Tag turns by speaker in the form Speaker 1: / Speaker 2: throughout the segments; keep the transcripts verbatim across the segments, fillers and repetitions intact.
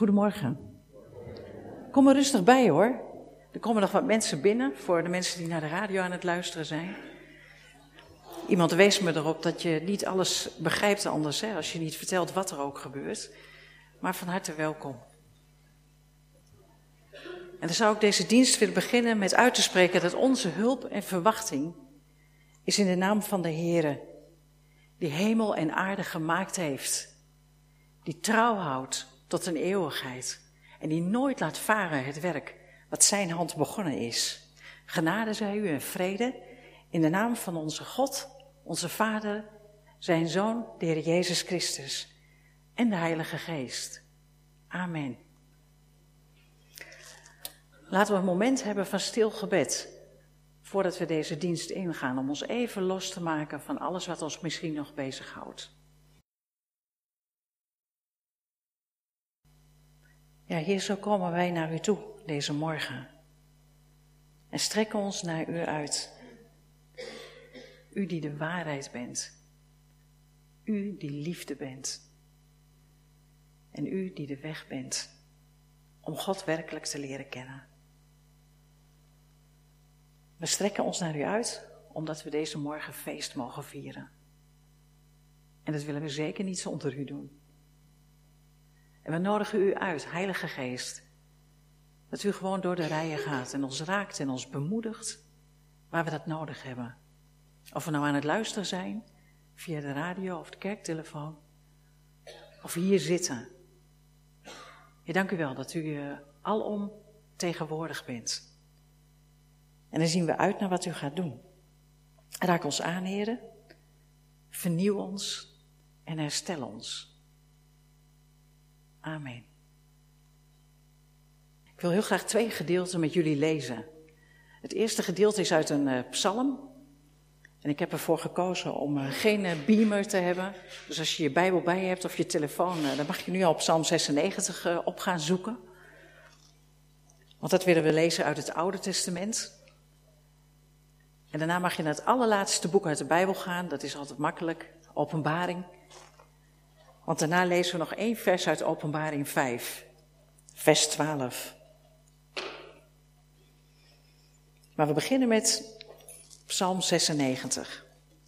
Speaker 1: Goedemorgen. Kom er rustig bij hoor. Er komen nog wat mensen binnen, voor de mensen die naar de radio aan het luisteren zijn. Iemand wees me erop dat je niet alles begrijpt anders, hè, als je niet vertelt wat er ook gebeurt. Maar van harte welkom. En dan zou ik deze dienst willen beginnen met uit te spreken dat onze hulp en verwachting is in de naam van de Heere, die hemel en aarde gemaakt heeft, die trouw houdt tot een eeuwigheid en die nooit laat varen het werk wat zijn hand begonnen is. Genade zij u en vrede in de naam van onze God, onze Vader, zijn Zoon, de Heer Jezus Christus en de Heilige Geest. Amen. Laten we een moment hebben van stil gebed, voordat we deze dienst ingaan, om ons even los te maken van alles wat ons misschien nog bezighoudt. Ja, Heer, zo komen wij naar u toe deze morgen en strekken ons naar u uit. U die de waarheid bent, u die liefde bent en u die de weg bent om God werkelijk te leren kennen. We strekken ons naar u uit, omdat we deze morgen feest mogen vieren. En dat willen we zeker niet zonder u doen. En we nodigen u uit, Heilige Geest, dat u gewoon door de rijen gaat en ons raakt en ons bemoedigt waar we dat nodig hebben. Of we nou aan het luisteren zijn, via de radio of de kerktelefoon, of hier zitten. Heer, dank u wel dat u uh, alom tegenwoordig bent. En dan zien we uit naar wat u gaat doen. Raak ons aan, Heere. Vernieuw ons en herstel ons. Amen. Ik wil heel graag twee gedeelten met jullie lezen. Het eerste gedeelte is uit een uh, psalm. En ik heb ervoor gekozen om uh, geen uh, beamer te hebben. Dus als je je Bijbel bij je hebt of je telefoon, uh, dan mag je nu al op Psalm zesennegentig uh, op gaan zoeken. Want dat willen we lezen uit het Oude Testament. En daarna mag je naar het allerlaatste boek uit de Bijbel gaan. Dat is altijd makkelijk, Openbaring. Want daarna lezen we nog één vers uit Openbaring vijf, vers twaalf. Maar we beginnen met Psalm zesennegentig.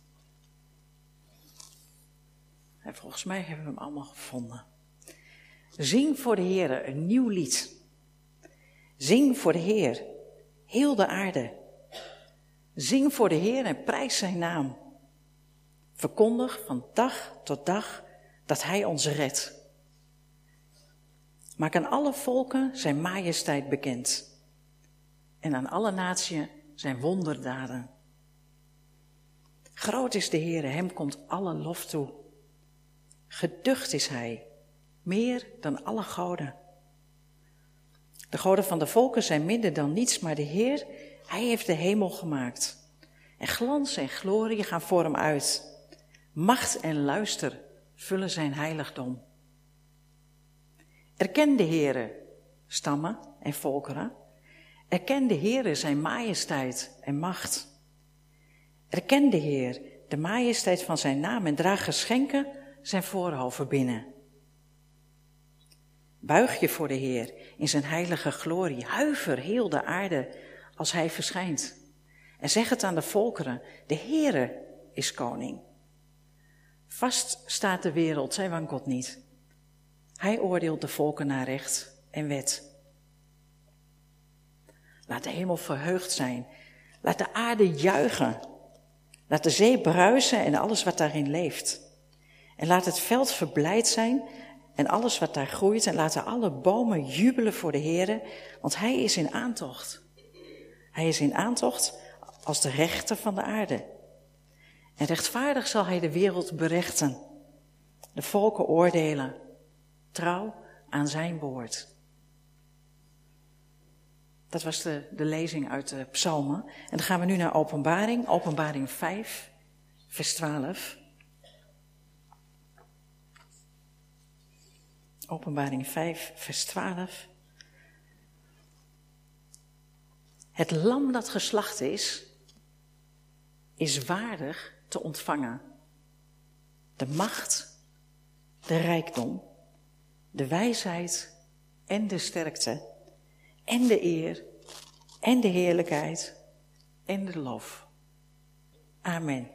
Speaker 1: En volgens mij hebben we hem allemaal gevonden. Zing voor de Heer een nieuw lied. Zing voor de Heer, heel de aarde. Zing voor de Heer en prijs zijn naam. Verkondig van dag tot dag dat hij ons redt. Maak aan alle volken zijn majesteit bekend. En aan alle natieën zijn wonderdaden. Groot is de Heer, hem komt alle lof toe. Geducht is hij, meer dan alle goden. De goden van de volken zijn minder dan niets, maar de Heer, hij heeft de hemel gemaakt. En glans en glorie gaan voor hem uit. Macht en luister vullen zijn heiligdom. Erken de Heere, stammen en volkeren. Erken de Heere zijn majesteit en macht. Erken de Heer, de majesteit van zijn naam en draag geschenken zijn voorhoven binnen. Buig je voor de Heer in zijn heilige glorie. Huiver heel de aarde als hij verschijnt. En zeg het aan de volkeren, de Heere is koning. Vast staat de wereld, zij wankelt niet. Hij oordeelt de volken naar recht en wet. Laat de hemel verheugd zijn. Laat de aarde juichen. Laat de zee bruisen en alles wat daarin leeft. En laat het veld verblijd zijn en alles wat daar groeit. En laten alle bomen jubelen voor de Heere, want hij is in aantocht. Hij is in aantocht als de rechter van de aarde. En rechtvaardig zal hij de wereld berechten. De volken oordelen. Trouw aan zijn woord. Dat was de, de lezing uit de psalmen. En dan gaan we nu naar Openbaring. Openbaring vijf, vers twaalf. Openbaring vijf, vers twaalf. Het lam dat geslacht is, is waardig te ontvangen. De macht, de rijkdom, de wijsheid en de sterkte en de eer en de heerlijkheid en de lof. Amen.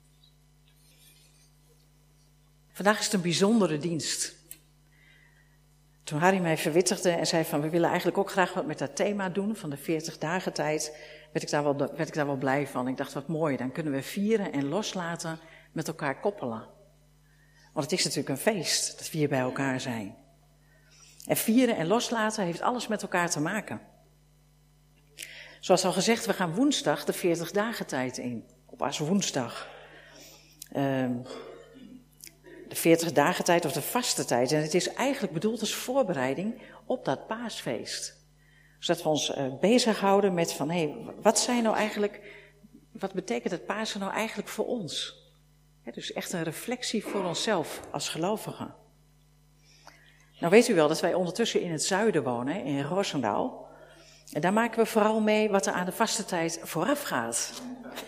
Speaker 1: Vandaag is het een bijzondere dienst. Toen Harry mij verwittigde en zei van we willen eigenlijk ook graag wat met dat thema doen van de veertig dagen tijd, werd ik daar wel, werd ik daar wel blij van. Ik dacht wat mooi, dan kunnen we vieren en loslaten met elkaar koppelen. Want het is natuurlijk een feest dat we hier bij elkaar zijn. En vieren en loslaten heeft alles met elkaar te maken. Zoals al gezegd, we gaan woensdag de veertig dagen tijd in. Op aswoensdag. Um, de veertig dagen tijd of de vaste tijd. En het is eigenlijk bedoeld als voorbereiding op dat paasfeest. Zodat we ons uh, bezighouden met van, hé, hey, wat zijn nou eigenlijk, wat betekent het Pasen nou eigenlijk voor ons? He, dus echt een reflectie voor onszelf als gelovigen. Nou weet u wel dat wij ondertussen in het zuiden wonen, in Roosendaal. En daar maken we vooral mee wat er aan de vaste tijd vooraf gaat.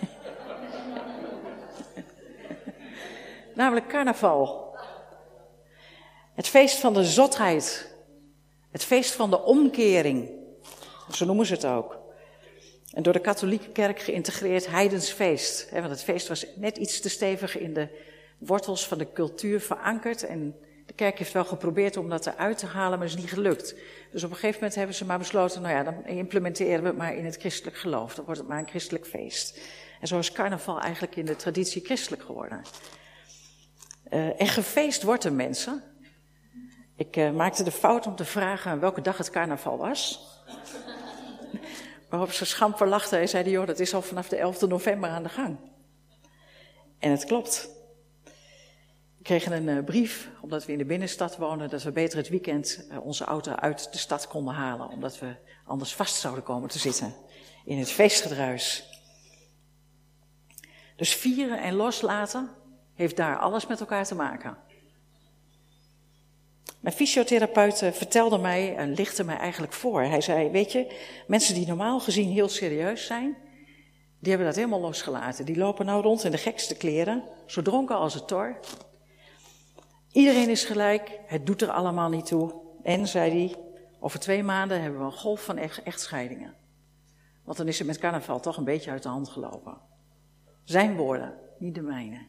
Speaker 1: Namelijk carnaval. Het feest van de zotheid. Het feest van de omkering. Zo noemen ze het ook. En door de katholieke kerk geïntegreerd heidens feest. Want het feest was net iets te stevig in de wortels van de cultuur verankerd. En de kerk heeft wel geprobeerd om dat eruit te halen, maar is niet gelukt. Dus op een gegeven moment hebben ze maar besloten, nou ja, dan implementeren we het maar in het christelijk geloof. Dan wordt het maar een christelijk feest. En zo is carnaval eigenlijk in de traditie christelijk geworden. Uh, en gefeest wordt er, mensen. Ik uh, maakte de fout om te vragen welke dag het carnaval was. Waarop ze schamper lachten en zeiden, joh, dat is al vanaf de elfde november aan de gang. En het klopt. We kregen een uh, brief, omdat we in de binnenstad wonen, dat we beter het weekend uh, onze auto uit de stad konden halen. Omdat we anders vast zouden komen te zitten in het feestgedruis. Dus vieren en loslaten heeft daar alles met elkaar te maken. Mijn fysiotherapeut uh, vertelde mij en lichtte mij eigenlijk voor. Hij zei, weet je, mensen die normaal gezien heel serieus zijn, die hebben dat helemaal losgelaten. Die lopen nou rond in de gekste kleren, zo dronken als het tor. Iedereen is gelijk, het doet er allemaal niet toe. En, zei hij, over twee maanden hebben we een golf van echtscheidingen. Want dan is het met carnaval toch een beetje uit de hand gelopen. Zijn woorden, niet de mijne.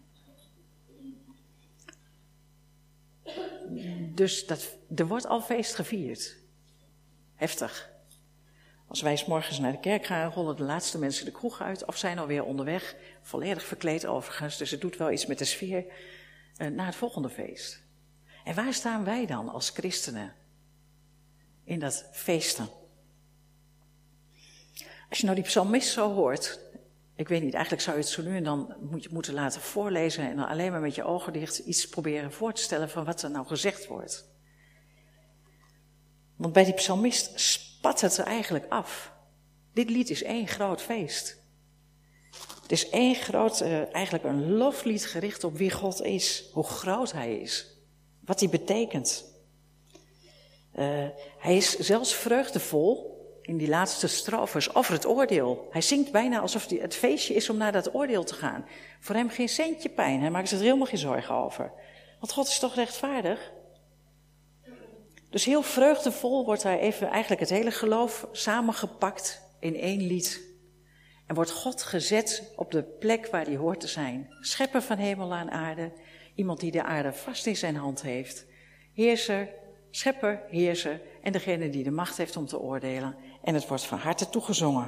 Speaker 1: Dus dat, er wordt al feest gevierd. Heftig. Als wij 's morgens naar de kerk gaan, rollen de laatste mensen de kroeg uit of zijn alweer onderweg. Volledig verkleed overigens, dus het doet wel iets met de sfeer. Uh, naar het volgende feest. En waar staan wij dan als christenen? In dat feesten. Als je nou die psalmist zo hoort, ik weet niet, eigenlijk zou je het zo nu en dan moet je moeten laten voorlezen en dan alleen maar met je ogen dicht iets proberen voor te stellen van wat er nou gezegd wordt. Want bij die psalmist spat het er eigenlijk af. Dit lied is één groot feest. Het is één groot, uh, eigenlijk een loflied gericht op wie God is, hoe groot hij is, wat hij betekent. Uh, hij is zelfs vreugdevol in die laatste strofes over het oordeel. Hij zingt bijna alsof hij het feestje is om naar dat oordeel te gaan. Voor hem geen centje pijn, hij maakt zich er helemaal geen zorgen over. Want God is toch rechtvaardig? Dus heel vreugdevol wordt daar even eigenlijk het hele geloof samengepakt in één lied. En wordt God gezet op de plek waar hij hoort te zijn. Schepper van hemel en aarde. Iemand die de aarde vast in zijn hand heeft. Heerser, schepper, heerser en degene die de macht heeft om te oordelen. En het wordt van harte toegezongen.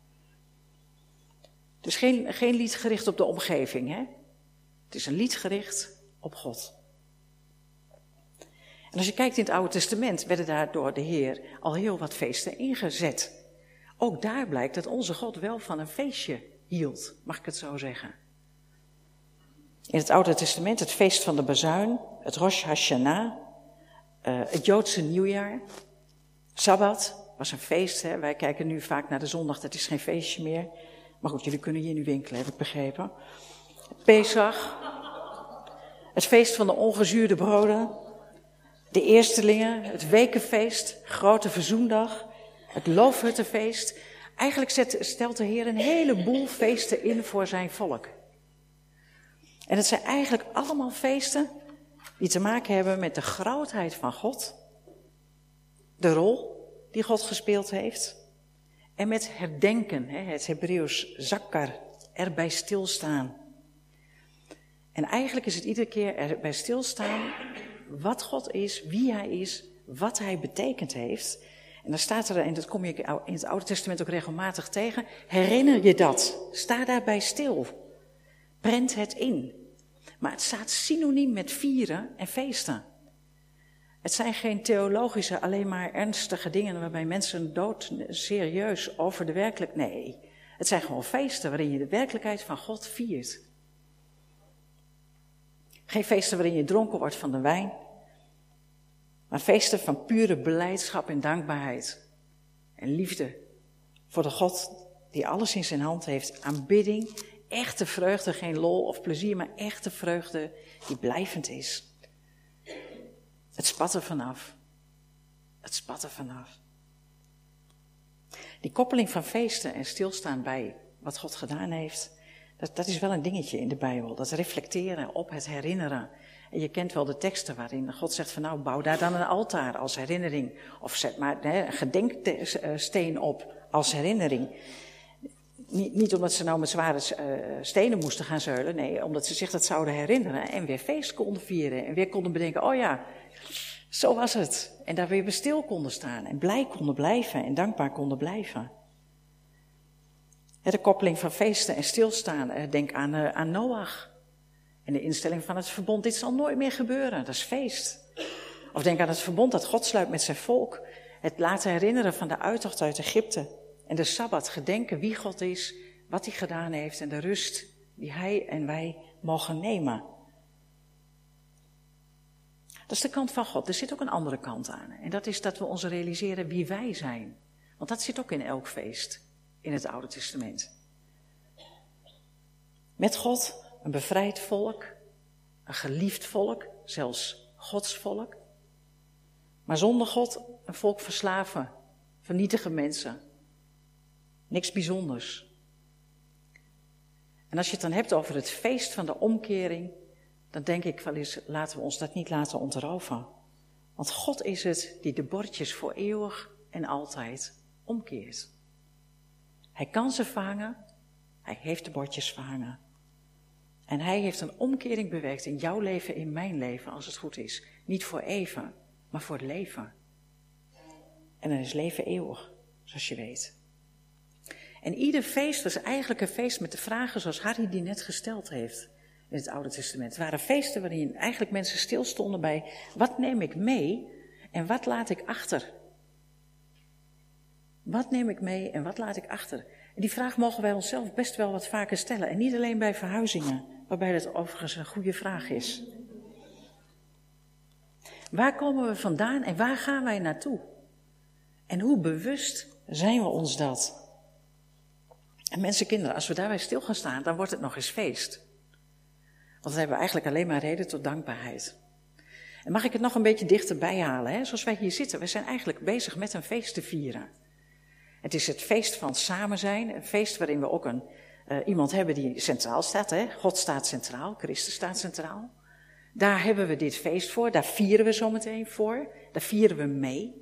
Speaker 1: Het is geen, geen lied gericht op de omgeving, hè? Het is een lied gericht op God. En als je kijkt in het Oude Testament, werden daar door de Heer al heel wat feesten ingezet. Ook daar blijkt dat onze God wel van een feestje hield, mag ik het zo zeggen. In het Oude Testament het feest van de bazuin, het Rosh Hashanah, uh, het Joodse nieuwjaar, Sabbat was een feest. Hè? Wij kijken nu vaak naar de zondag, dat is geen feestje meer. Maar goed, jullie kunnen hier nu winkelen, heb ik begrepen. Pesach, het feest van de ongezuurde broden, de eerstelingen, het wekenfeest, grote verzoendag, het loofhuttenfeest. Eigenlijk zet, stelt de Heer een heleboel feesten in voor zijn volk. En het zijn eigenlijk allemaal feesten die te maken hebben met de grootheid van God. de rol die God gespeeld heeft. En met herdenken, het Hebreeuws zakkar, erbij stilstaan. En eigenlijk is het iedere keer erbij stilstaan wat God is, wie hij is, wat hij betekend heeft. En dan staat er, en dat kom je in het Oude Testament ook regelmatig tegen, herinner je dat, sta daarbij stil, prent het in. Maar het staat synoniem met vieren en feesten. Het zijn geen theologische, alleen maar ernstige dingen waarbij mensen dood serieus over de werkelijkheid. Nee, het zijn gewoon feesten waarin je de werkelijkheid van God viert. Geen feesten waarin je dronken wordt van de wijn, maar feesten van pure belijdschap en dankbaarheid. En liefde voor de God die alles in zijn hand heeft. Aanbidding, echte vreugde, geen lol of plezier, maar echte vreugde die blijvend is. Het spat er vanaf. Het spat er vanaf. Die koppeling van feesten en stilstaan bij wat God gedaan heeft, dat, dat is wel een dingetje in de Bijbel. Dat reflecteren op het herinneren. En je kent wel de teksten waarin God zegt van nou, bouw daar dan een altaar als herinnering. Of zet maar hè, een gedenksteen op als herinnering. Niet, niet omdat ze nou met zware uh, stenen moesten gaan zeulen. Nee, omdat ze zich dat zouden herinneren. En weer feest konden vieren. En weer konden bedenken, oh ja, zo was het. En daar weer bij stil konden staan. En blij konden blijven. En dankbaar konden blijven. De koppeling van feesten en stilstaan. Denk aan, uh, aan Noach. En de instelling van het verbond. Dit zal nooit meer gebeuren. Dat is feest. Of denk aan het verbond dat God sluit met zijn volk. Het laten herinneren van de uittocht uit Egypte. En de Sabbat, gedenken wie God is, wat hij gedaan heeft en de rust die hij en wij mogen nemen. Dat is de kant van God. Er zit ook een andere kant aan. En dat is dat we ons realiseren wie wij zijn. Want dat zit ook in elk feest in het Oude Testament. Met God een bevrijd volk, een geliefd volk, zelfs Gods volk. Maar zonder God een volk van slaven, vernietige mensen. Niks bijzonders. En als je het dan hebt over het feest van de omkering, dan denk ik wel eens, laten we ons dat niet laten ontroven. Want God is het die de bordjes voor eeuwig en altijd omkeert. Hij kan ze vangen, hij heeft de bordjes vangen. En hij heeft een omkering bewerkt in jouw leven, in mijn leven, als het goed is. Niet voor even, maar voor het leven. En dan is leven eeuwig, zoals je weet. En ieder feest was eigenlijk een feest met de vragen zoals Harry die net gesteld heeft in het Oude Testament. Het waren feesten waarin eigenlijk mensen stilstonden bij wat neem ik mee en wat laat ik achter? Wat neem ik mee en wat laat ik achter? En die vraag mogen wij onszelf best wel wat vaker stellen. En niet alleen bij verhuizingen, waarbij dat overigens een goede vraag is. Waar komen we vandaan en waar gaan wij naartoe? En hoe bewust zijn we ons dat? En mensen, kinderen, als we daarbij stil gaan staan, dan wordt het nog eens feest. Want dan hebben we eigenlijk alleen maar reden tot dankbaarheid. En mag ik het nog een beetje dichterbij halen, hè? Zoals wij hier zitten, we zijn eigenlijk bezig met een feest te vieren. Het is het feest van samen zijn, een feest waarin we ook een, uh, iemand hebben die centraal staat. Hè? God staat centraal, Christus staat centraal. Daar hebben we dit feest voor, daar vieren we zometeen voor, daar vieren we mee.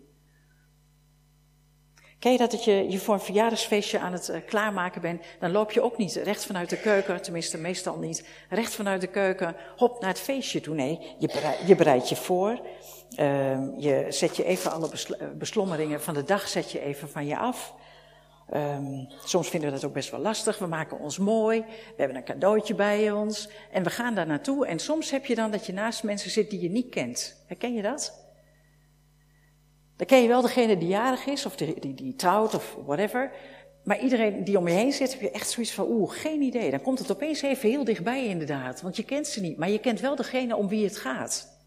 Speaker 1: Ken je dat, dat je je voor een verjaardagsfeestje aan het uh, klaarmaken bent, dan loop je ook niet recht vanuit de keuken, tenminste meestal niet, recht vanuit de keuken, hop naar het feestje toe. Nee, je, bereid, je bereidt je voor, uh, je zet je even alle besl- beslommeringen van de dag zet je even van je af. Um, soms vinden we dat ook best wel lastig, we maken ons mooi, we hebben een cadeautje bij ons en we gaan daar naartoe. En soms heb je dan dat je naast mensen zit die je niet kent. Herken je dat? Dan ken je wel degene die jarig is, of die, die, die trouwt, of whatever. Maar iedereen die om je heen zit, heb je echt zoiets van, oeh, geen idee. Dan komt het opeens even heel dichtbij inderdaad, want je kent ze niet. Maar je kent wel degene om wie het gaat.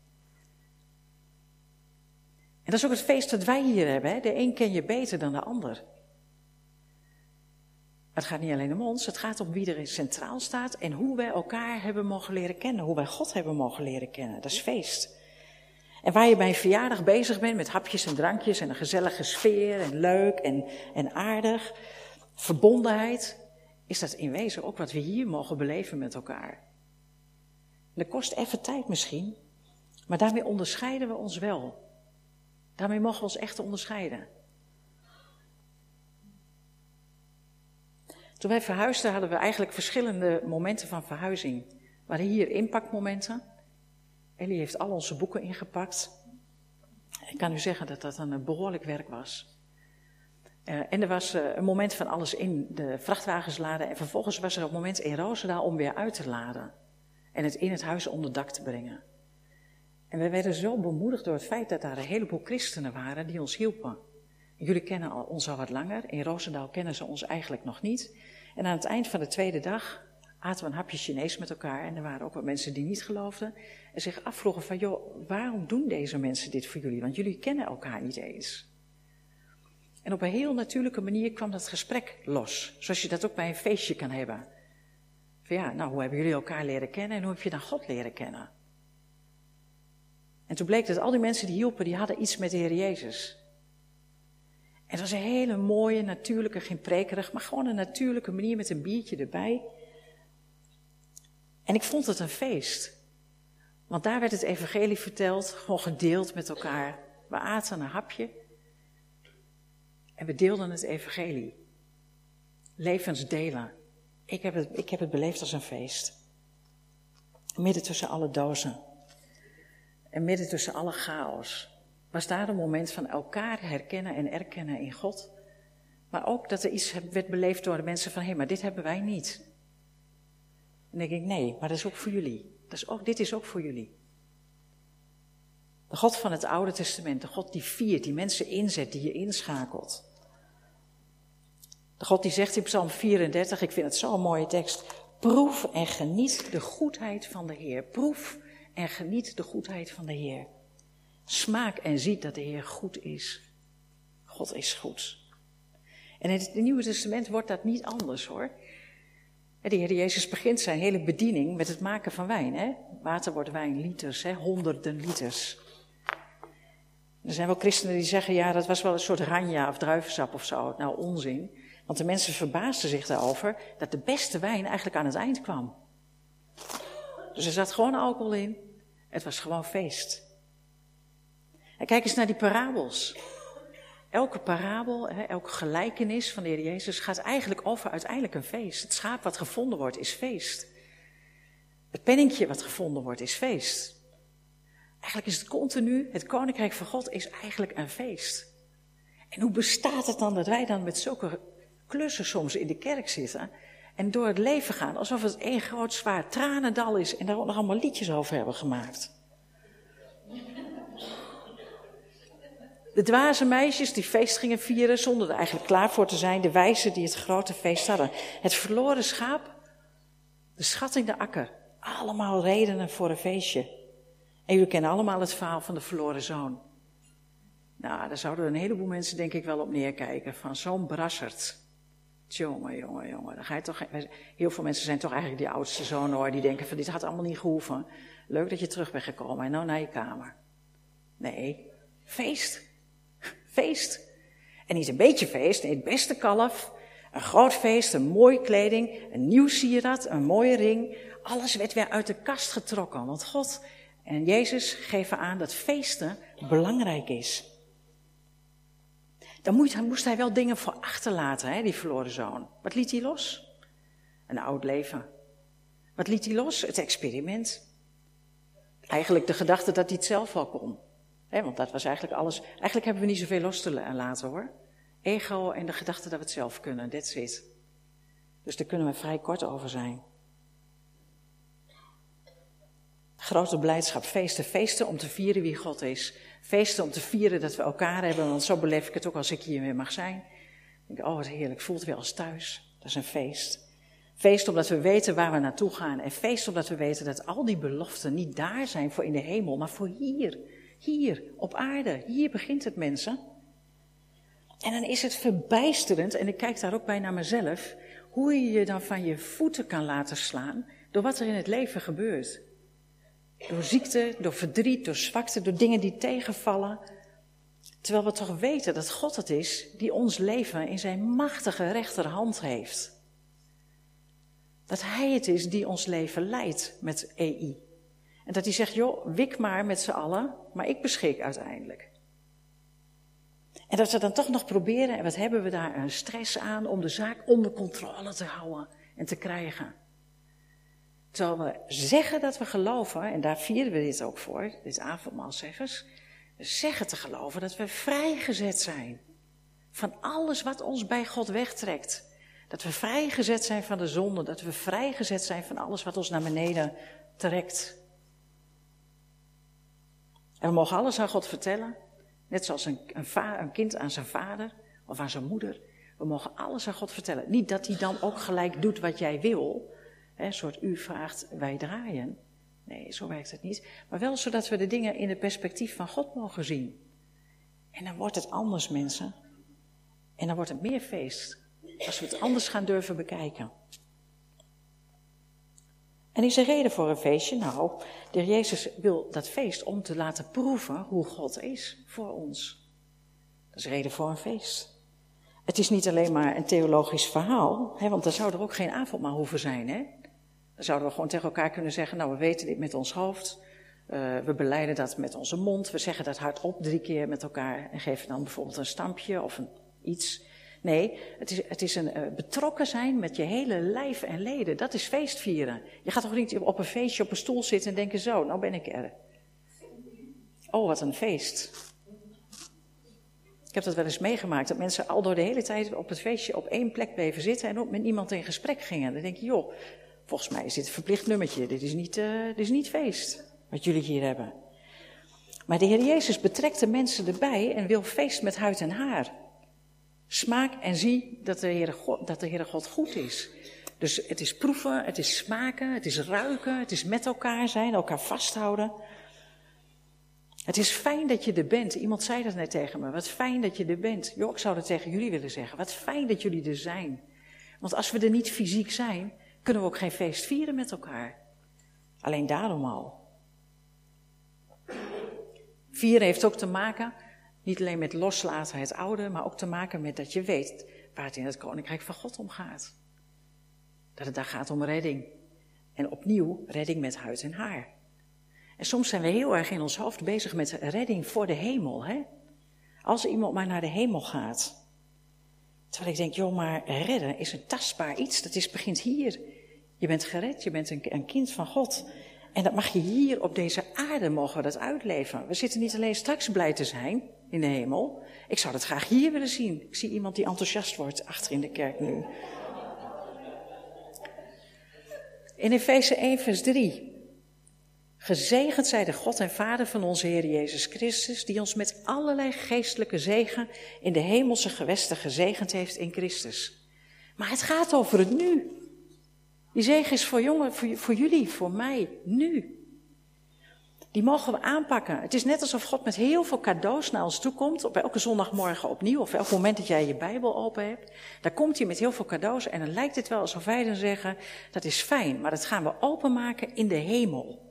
Speaker 1: En dat is ook het feest dat wij hier hebben. Hè? De een ken je beter dan de ander. Het gaat niet alleen om ons, het gaat om wie er centraal staat en hoe wij elkaar hebben mogen leren kennen. Hoe wij God hebben mogen leren kennen. Dat is feest. En waar je bij een verjaardag bezig bent met hapjes en drankjes en een gezellige sfeer en leuk en, en aardig, verbondenheid, is dat in wezen ook wat we hier mogen beleven met elkaar. En dat kost even tijd misschien, maar daarmee onderscheiden we ons wel. Daarmee mogen we ons echt onderscheiden. Toen wij verhuisden hadden we eigenlijk verschillende momenten van verhuizing. We hadden hier impactmomenten. Ellie heeft al onze boeken ingepakt. Ik kan u zeggen dat dat een behoorlijk werk was. Uh, en er was uh, een moment van alles in de vrachtwagens laden. En vervolgens was er een moment in Roosendaal om weer uit te laden. En het in het huis onder dak te brengen. En we werden zo bemoedigd door het feit dat daar een heleboel christenen waren die ons hielpen. Jullie kennen ons al wat langer. In Roosendaal kennen ze ons eigenlijk nog niet. En aan het eind van de tweede dag aten we een hapje Chinees met elkaar. En er waren ook wat mensen die niet geloofden. En zich afvroegen van, joh, waarom doen deze mensen dit voor jullie? Want jullie kennen elkaar niet eens. En op een heel natuurlijke manier kwam dat gesprek los. Zoals je dat ook bij een feestje kan hebben. Van ja, nou, hoe hebben jullie elkaar leren kennen en hoe heb je dan God leren kennen? En toen bleek dat al die mensen die hielpen, die hadden iets met de Heer Jezus. En dat was een hele mooie, natuurlijke, geen prekerig, maar gewoon een natuurlijke manier met een biertje erbij. En ik vond het een feest. Want daar werd het evangelie verteld, gewoon gedeeld met elkaar. We aten een hapje en we deelden het evangelie. Levens delen. Ik heb het, ik heb het beleefd als een feest. Midden tussen alle dozen. En midden tussen alle chaos. Was daar een moment van elkaar herkennen en erkennen in God. Maar ook dat er iets werd beleefd door de mensen van, hé, hey, maar dit hebben wij niet. En dan denk ik, nee, maar dat is ook voor jullie. Dat is ook, dit is ook voor jullie. De God van het Oude Testament, de God die viert, die mensen inzet, die je inschakelt. De God die zegt in Psalm vierendertig, ik vind het zo'n mooie tekst. Proef en geniet de goedheid van de Heer. Proef en geniet de goedheid van de Heer. Smaak en ziet dat de Heer goed is. God is goed. En in het Nieuwe Testament wordt dat niet anders hoor. De Heer Jezus begint zijn hele bediening met het maken van wijn. Hè? Water wordt wijn, liters, hè? honderden liters. Er zijn wel christenen die zeggen, ja, dat was wel een soort ranja of druivensap of zo. Nou, onzin. Want de mensen verbaasden zich daarover dat de beste wijn eigenlijk aan het eind kwam. Dus er zat gewoon alcohol in. Het was gewoon feest. En kijk eens naar die parabels. Elke parabel, elke gelijkenis van de Heer Jezus gaat eigenlijk over uiteindelijk een feest. Het schaap wat gevonden wordt is feest. Het penninkje wat gevonden wordt is feest. Eigenlijk is het continu, het koninkrijk van God is eigenlijk een feest. En hoe bestaat het dan dat wij dan met zulke klussen soms in de kerk zitten en door het leven gaan alsof het één groot zwaar tranendal is en daar ook nog allemaal liedjes over hebben gemaakt. De dwaze meisjes die feest gingen vieren zonder er eigenlijk klaar voor te zijn. De wijzen die het grote feest hadden. Het verloren schaap. De schat in de akker. Allemaal redenen voor een feestje. En jullie kennen allemaal het verhaal van de verloren zoon. Nou, daar zouden een heleboel mensen denk ik wel op neerkijken. Van zo'n brasserd. Jongen, jongen, jongen. Dan ga je toch, heel veel mensen zijn toch eigenlijk die oudste zoon hoor. Die denken van dit had allemaal niet gehoeven. Leuk dat je terug bent gekomen en nou naar je kamer. Nee, feest. Feest. En niet een beetje feest, nee, het beste kalf. Een groot feest, een mooie kleding, een nieuw sieraad, een mooie ring. Alles werd weer uit de kast getrokken. Want God en Jezus geven aan dat feesten belangrijk is. Dan moest hij wel dingen voor achterlaten, hè, die verloren zoon. Wat liet hij los? Een oud leven. Wat liet hij los? Het experiment. Eigenlijk de gedachte dat hij het zelf wel kon. He, want dat was eigenlijk alles. Eigenlijk hebben we niet zoveel los te laten hoor. Ego en de gedachte dat we het zelf kunnen, that's it. Dus daar kunnen we vrij kort over zijn. Grote blijdschap, feesten, feesten om te vieren wie God is. Feesten om te vieren dat we elkaar hebben, want zo beleef ik het ook als ik hier weer mag zijn. Ik denk, oh wat heerlijk, voelt weer als thuis. Dat is een feest. Feest omdat we weten waar we naartoe gaan. En feest omdat we weten dat al die beloften niet daar zijn voor in de hemel, maar voor hier. Hier, op aarde. Hier begint het, mensen. En dan is het verbijsterend, en ik kijk daar ook bij naar mezelf, hoe je je dan van je voeten kan laten slaan door wat er in het leven gebeurt. Door ziekte, door verdriet, door zwakte, door dingen die tegenvallen. Terwijl we toch weten dat God het is die ons leven in zijn machtige rechterhand heeft. Dat hij het is die ons leven leidt met E I. En dat hij zegt, joh, wik maar met z'n allen, maar ik beschik uiteindelijk. En dat we dan toch nog proberen, en wat hebben we daar een stress aan, om de zaak onder controle te houden en te krijgen. Terwijl we zeggen dat we geloven, en daar vieren we dit ook voor, dit avondmaalzeggens. We zeggen te geloven dat we vrijgezet zijn van alles wat ons bij God wegtrekt. Dat we vrijgezet zijn van de zonde, dat we vrijgezet zijn van alles wat ons naar beneden trekt. En we mogen alles aan God vertellen, net zoals een, een, va- een kind aan zijn vader of aan zijn moeder. We mogen alles aan God vertellen. Niet dat hij dan ook gelijk doet wat jij wil, hè, een soort u vraagt, wij draaien. Nee, zo werkt het niet. Maar wel zodat we de dingen in het perspectief van God mogen zien. En dan wordt het anders, mensen. En dan wordt het meer feest. Als we het anders gaan durven bekijken. En is er reden voor een feestje? Nou, de Heer Jezus wil dat feest om te laten proeven hoe God is voor ons. Dat is reden voor een feest. Het is niet alleen maar een theologisch verhaal, hè, want dan zou er ook geen avondmaal hoeven zijn, hè? Dan zouden we gewoon tegen elkaar kunnen zeggen, nou, we weten dit met ons hoofd. Uh, we belijden dat met onze mond. We zeggen dat hardop drie keer met elkaar en geven dan bijvoorbeeld een stampje of een iets. Nee, het is, het is een uh, betrokken zijn met je hele lijf en leden. Dat is feestvieren. Je gaat toch niet op een feestje op een stoel zitten en denken, zo, nou ben ik er. Oh, wat een feest. Ik heb dat wel eens meegemaakt, dat mensen al door de hele tijd op het feestje op één plek bleven zitten en ook met niemand in gesprek gingen. Dan denk je, joh, volgens mij is dit een verplicht nummertje. Dit is niet, uh, dit is niet feest, wat jullie hier hebben. Maar de Heer Jezus betrekt de mensen erbij en wil feest met huid en haar. Smaak en zie dat de Heere God, dat de Heere God goed is. Dus het is proeven, het is smaken, het is ruiken, het is met elkaar zijn, elkaar vasthouden. Het is fijn dat je er bent. Iemand zei dat net tegen me. Wat fijn dat je er bent. Jo, ik zou dat tegen jullie willen zeggen. Wat fijn dat jullie er zijn. Want als we er niet fysiek zijn, kunnen we ook geen feest vieren met elkaar. Alleen daarom al. Vieren heeft ook te maken, niet alleen met loslaten het oude, maar ook te maken met dat je weet waar het in het Koninkrijk van God om gaat. Dat het daar gaat om redding. En opnieuw redding met huid en haar. En soms zijn we heel erg in ons hoofd bezig met redding voor de hemel. Hè? Als iemand maar naar de hemel gaat. Terwijl ik denk, joh, maar redden is een tastbaar iets. Dat is, begint hier. Je bent gered, je bent een, een kind van God. En dat mag je hier op deze aarde, mogen we dat uitleven. We zitten niet alleen straks blij te zijn in de hemel. Ik zou dat graag hier willen zien. Ik zie iemand die enthousiast wordt achter in de kerk nu. In Efeze één vers drie. Gezegend zij de God en Vader van onze Heer Jezus Christus, die ons met allerlei geestelijke zegen in de hemelse gewesten gezegend heeft in Christus. Maar het gaat over het nu. Die zegen is voor, jongen, voor, voor jullie, voor mij, nu. Die mogen we aanpakken. Het is net alsof God met heel veel cadeaus naar ons toe komt, op elke zondagmorgen opnieuw, of elk moment dat jij je Bijbel open hebt. Daar komt hij met heel veel cadeaus en dan lijkt het wel alsof wij dan zeggen, dat is fijn, maar dat gaan we openmaken in de hemel.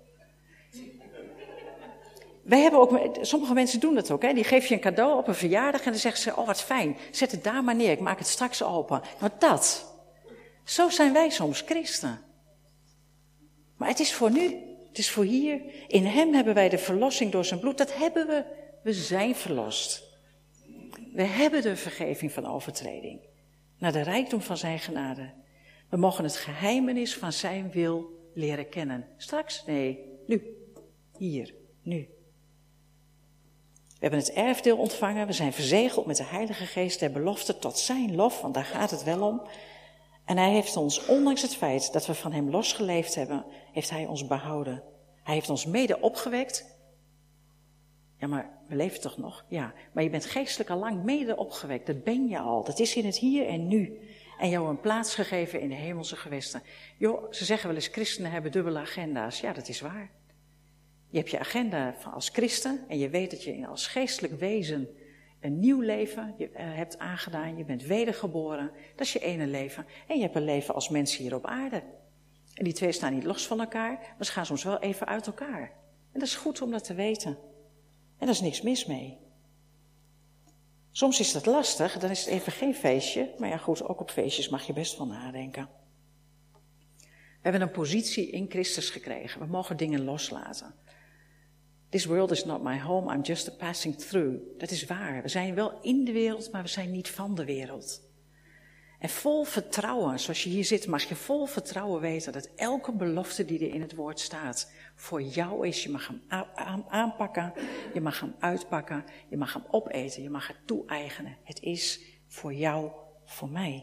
Speaker 1: Wij hebben ook, sommige mensen doen dat ook, hè? Die geven je een cadeau op een verjaardag en dan zeggen ze, oh wat fijn, zet het daar maar neer, ik maak het straks open. Nou dat, zo zijn wij soms christen. Maar het is voor nu, het is voor hier. In hem hebben wij de verlossing door zijn bloed, dat hebben we, we zijn verlost. We hebben de vergeving van overtreding, naar de rijkdom van zijn genade. We mogen het geheimenis van zijn wil leren kennen. Straks? Nee, nu, hier, nu. We hebben het erfdeel ontvangen, we zijn verzegeld met de Heilige Geest der belofte tot zijn lof, want daar gaat het wel om. En hij heeft ons, ondanks het feit dat we van hem losgeleefd hebben, heeft hij ons behouden. Hij heeft ons mede opgewekt. Ja, maar we leven toch nog? Ja, maar je bent geestelijk al lang mede opgewekt, dat ben je al. Dat is in het hier en nu. En jou een plaats gegeven in de hemelse gewesten. Jo, ze zeggen wel eens, christenen hebben dubbele agenda's. Ja, dat is waar. Je hebt je agenda als christen en je weet dat je als geestelijk wezen een nieuw leven hebt aangedaan. Je bent wedergeboren, dat is je ene leven. En je hebt een leven als mens hier op aarde. En die twee staan niet los van elkaar, maar ze gaan soms wel even uit elkaar. En dat is goed om dat te weten. En daar is niks mis mee. Soms is dat lastig, dan is het even geen feestje. Maar ja goed, ook op feestjes mag je best wel nadenken. We hebben een positie in Christus gekregen. We mogen dingen loslaten. This world is not my home, I'm just a passing through. Dat is waar. We zijn wel in de wereld, maar we zijn niet van de wereld. En vol vertrouwen, zoals je hier zit, mag je vol vertrouwen weten dat elke belofte die er in het woord staat voor jou is. Je mag hem aanpakken, je mag hem uitpakken, je mag hem opeten, je mag het toe-eigenen. Het is voor jou, voor mij.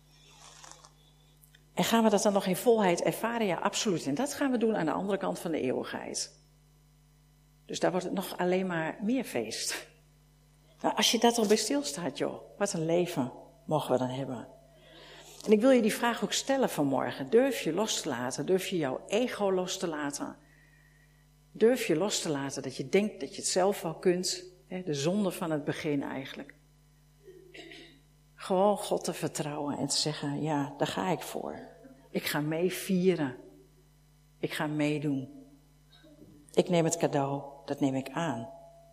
Speaker 1: En gaan we dat dan nog in volheid ervaren? Ja, absoluut. En dat gaan we doen aan de andere kant van de eeuwigheid. Dus daar wordt het nog alleen maar meer feest. Nou, als je dat al bij stilstaat, joh, wat een leven mogen we dan hebben. En ik wil je die vraag ook stellen vanmorgen. Durf je los te laten? Durf je jouw ego los te laten? Durf je los te laten dat je denkt dat je het zelf wel kunt? Hè, de zonde van het begin eigenlijk. Gewoon God te vertrouwen en te zeggen, ja, daar ga ik voor. Ik ga mee vieren. Ik ga meedoen. Ik neem het cadeau, dat neem ik aan.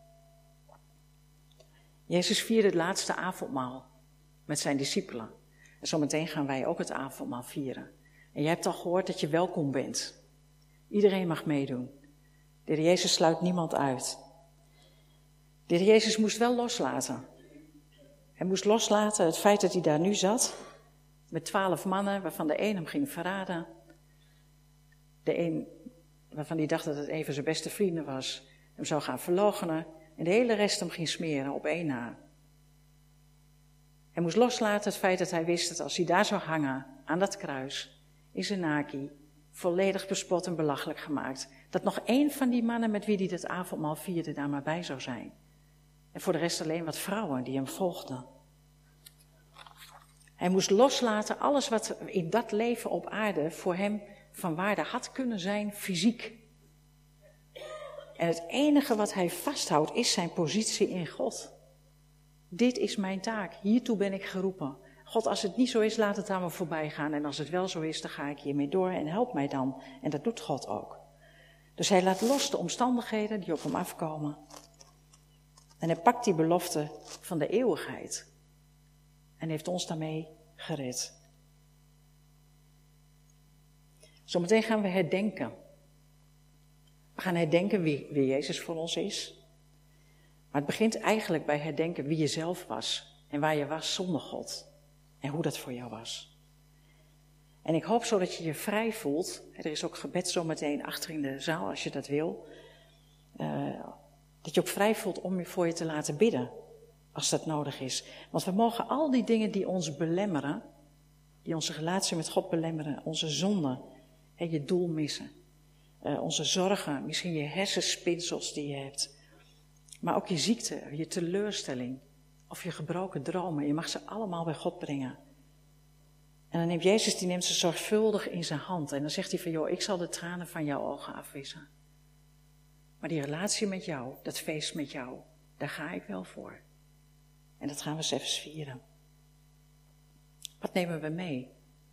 Speaker 1: Jezus vierde het laatste avondmaal met zijn discipelen. En zometeen gaan wij ook het avondmaal vieren. En jij hebt al gehoord dat je welkom bent. Iedereen mag meedoen. De Heer Jezus sluit niemand uit. De Heer Jezus moest wel loslaten. Hij moest loslaten het feit dat hij daar nu zat. Met twaalf mannen, waarvan de een hem ging verraden. De een waarvan hij dacht dat het een van zijn beste vrienden was. Hem zou gaan verloochenen. En de hele rest hem ging smeren op één na. Hij moest loslaten het feit dat hij wist dat als hij daar zou hangen, aan dat kruis, in zijn naki, volledig bespot en belachelijk gemaakt, dat nog één van die mannen met wie hij dat avondmaal vierde daar maar bij zou zijn. En voor de rest alleen wat vrouwen die hem volgden. Hij moest loslaten alles wat in dat leven op aarde voor hem van waarde had kunnen zijn, fysiek. En het enige wat hij vasthoudt is zijn positie in God. Dit is mijn taak, hiertoe ben ik geroepen. God, als het niet zo is, laat het aan me voorbij gaan. En als het wel zo is, dan ga ik hiermee door en help mij dan. En dat doet God ook. Dus hij laat los de omstandigheden die op hem afkomen. En hij pakt die belofte van de eeuwigheid. En heeft ons daarmee gered. Zometeen gaan we herdenken. We gaan herdenken wie, wie Jezus voor ons is. Maar het begint eigenlijk bij herdenken wie je zelf was. En waar je was zonder God. En hoe dat voor jou was. En ik hoop zo dat je je vrij voelt. Er is ook gebed zometeen achter in de zaal als je dat wil. Uh, dat je ook vrij voelt om je voor je te laten bidden. Als dat nodig is. Want we mogen al die dingen die ons belemmeren. Die onze relatie met God belemmeren. Onze zonden. Hè, je doel missen. Uh, onze zorgen. Misschien je hersenspinsels die je hebt. Maar ook je ziekte, je teleurstelling. Of je gebroken dromen. Je mag ze allemaal bij God brengen. En dan neemt Jezus, die neemt ze zorgvuldig in zijn hand. En dan zegt hij van, joh, ik zal de tranen van jouw ogen afwissen. Maar die relatie met jou, dat feest met jou, daar ga ik wel voor. En dat gaan we eens even vieren. Wat nemen we mee?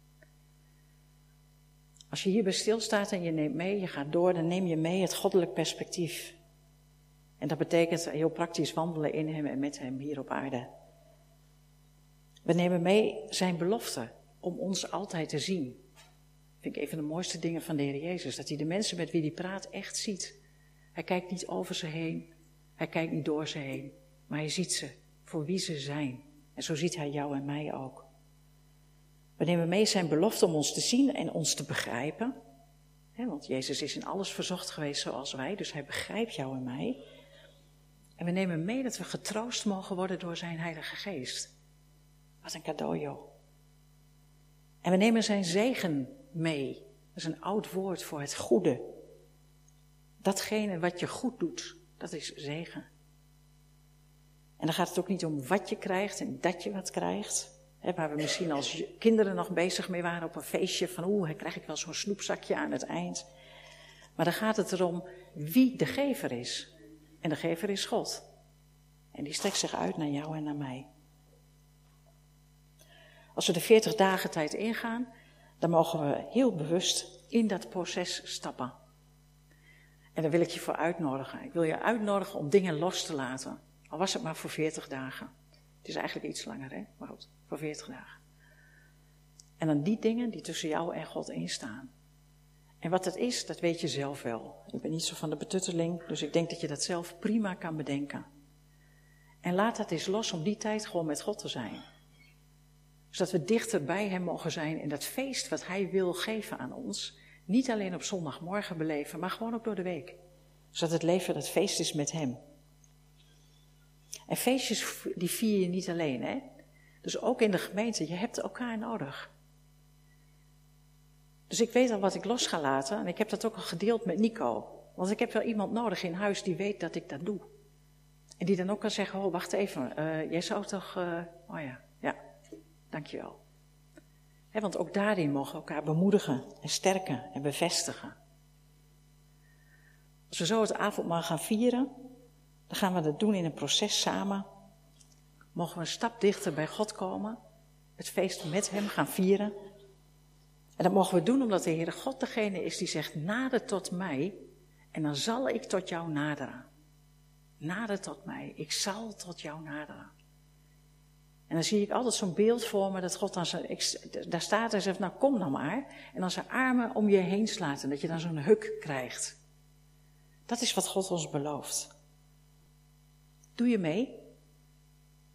Speaker 1: Als je hierbij stilstaat en je neemt mee, je gaat door, dan neem je mee het goddelijk perspectief. En dat betekent heel praktisch wandelen in hem en met hem hier op aarde. We nemen mee zijn belofte om ons altijd te zien. Vind ik een van de mooiste dingen van de Heer Jezus. Dat hij de mensen met wie hij praat echt ziet. Hij kijkt niet over ze heen. Hij kijkt niet door ze heen. Maar hij ziet ze voor wie ze zijn. En zo ziet hij jou en mij ook. We nemen mee zijn belofte om ons te zien en ons te begrijpen. He, want Jezus is in alles verzocht geweest zoals wij. Dus hij begrijpt jou en mij. En we nemen mee dat we getroost mogen worden door zijn Heilige Geest. Wat een cadeau, joh. En we nemen zijn zegen mee. Dat is een oud woord voor het goede. Datgene wat je goed doet, dat is zegen. En dan gaat het ook niet om wat je krijgt en dat je wat krijgt. Hè, waar we misschien als kinderen nog bezig mee waren op een feestje. Van oeh, krijg ik wel zo'n snoepzakje aan het eind. Maar dan gaat het erom wie de gever is. En de gever is God. En die strekt zich uit naar jou en naar mij. Als we de veertig dagen tijd ingaan, dan mogen we heel bewust in dat proces stappen. En daar wil ik je voor uitnodigen. Ik wil je uitnodigen om dingen los te laten. Al was het maar voor veertig dagen. Het is eigenlijk iets langer, hè? Maar goed, voor veertig dagen. En dan die dingen die tussen jou en God instaan. En wat dat is, dat weet je zelf wel. Ik ben niet zo van de betutteling, dus ik denk dat je dat zelf prima kan bedenken. En laat dat eens los om die tijd gewoon met God te zijn. Zodat we dichter bij hem mogen zijn en dat feest wat hij wil geven aan ons, niet alleen op zondagmorgen beleven, maar gewoon ook door de week. Zodat het leven dat feest is met hem. En feestjes die vier je niet alleen, hè. Dus ook in de gemeente, je hebt elkaar nodig. Dus ik weet al wat ik los ga laten en ik heb dat ook al gedeeld met Nico. Want ik heb wel iemand nodig in huis die weet dat ik dat doe. En die dan ook kan zeggen, oh wacht even, uh, jij zou toch, uh, oh ja, ja, dankjewel. He, want ook daarin mogen we elkaar bemoedigen en sterken en bevestigen. Als we zo het avondmaal gaan vieren, dan gaan we dat doen in een proces samen. Mogen we een stap dichter bij God komen, het feest met hem gaan vieren. En dat mogen we doen omdat de Heere God degene is die zegt, nader tot mij en dan zal ik tot jou naderen. Nader tot mij, ik zal tot jou naderen. En dan zie ik altijd zo'n beeld voor me dat God dan, zo, ik, daar staat en zegt, nou kom dan maar. En dan zijn armen om je heen slaat en dat je dan zo'n huk krijgt. Dat is wat God ons belooft. Doe je mee?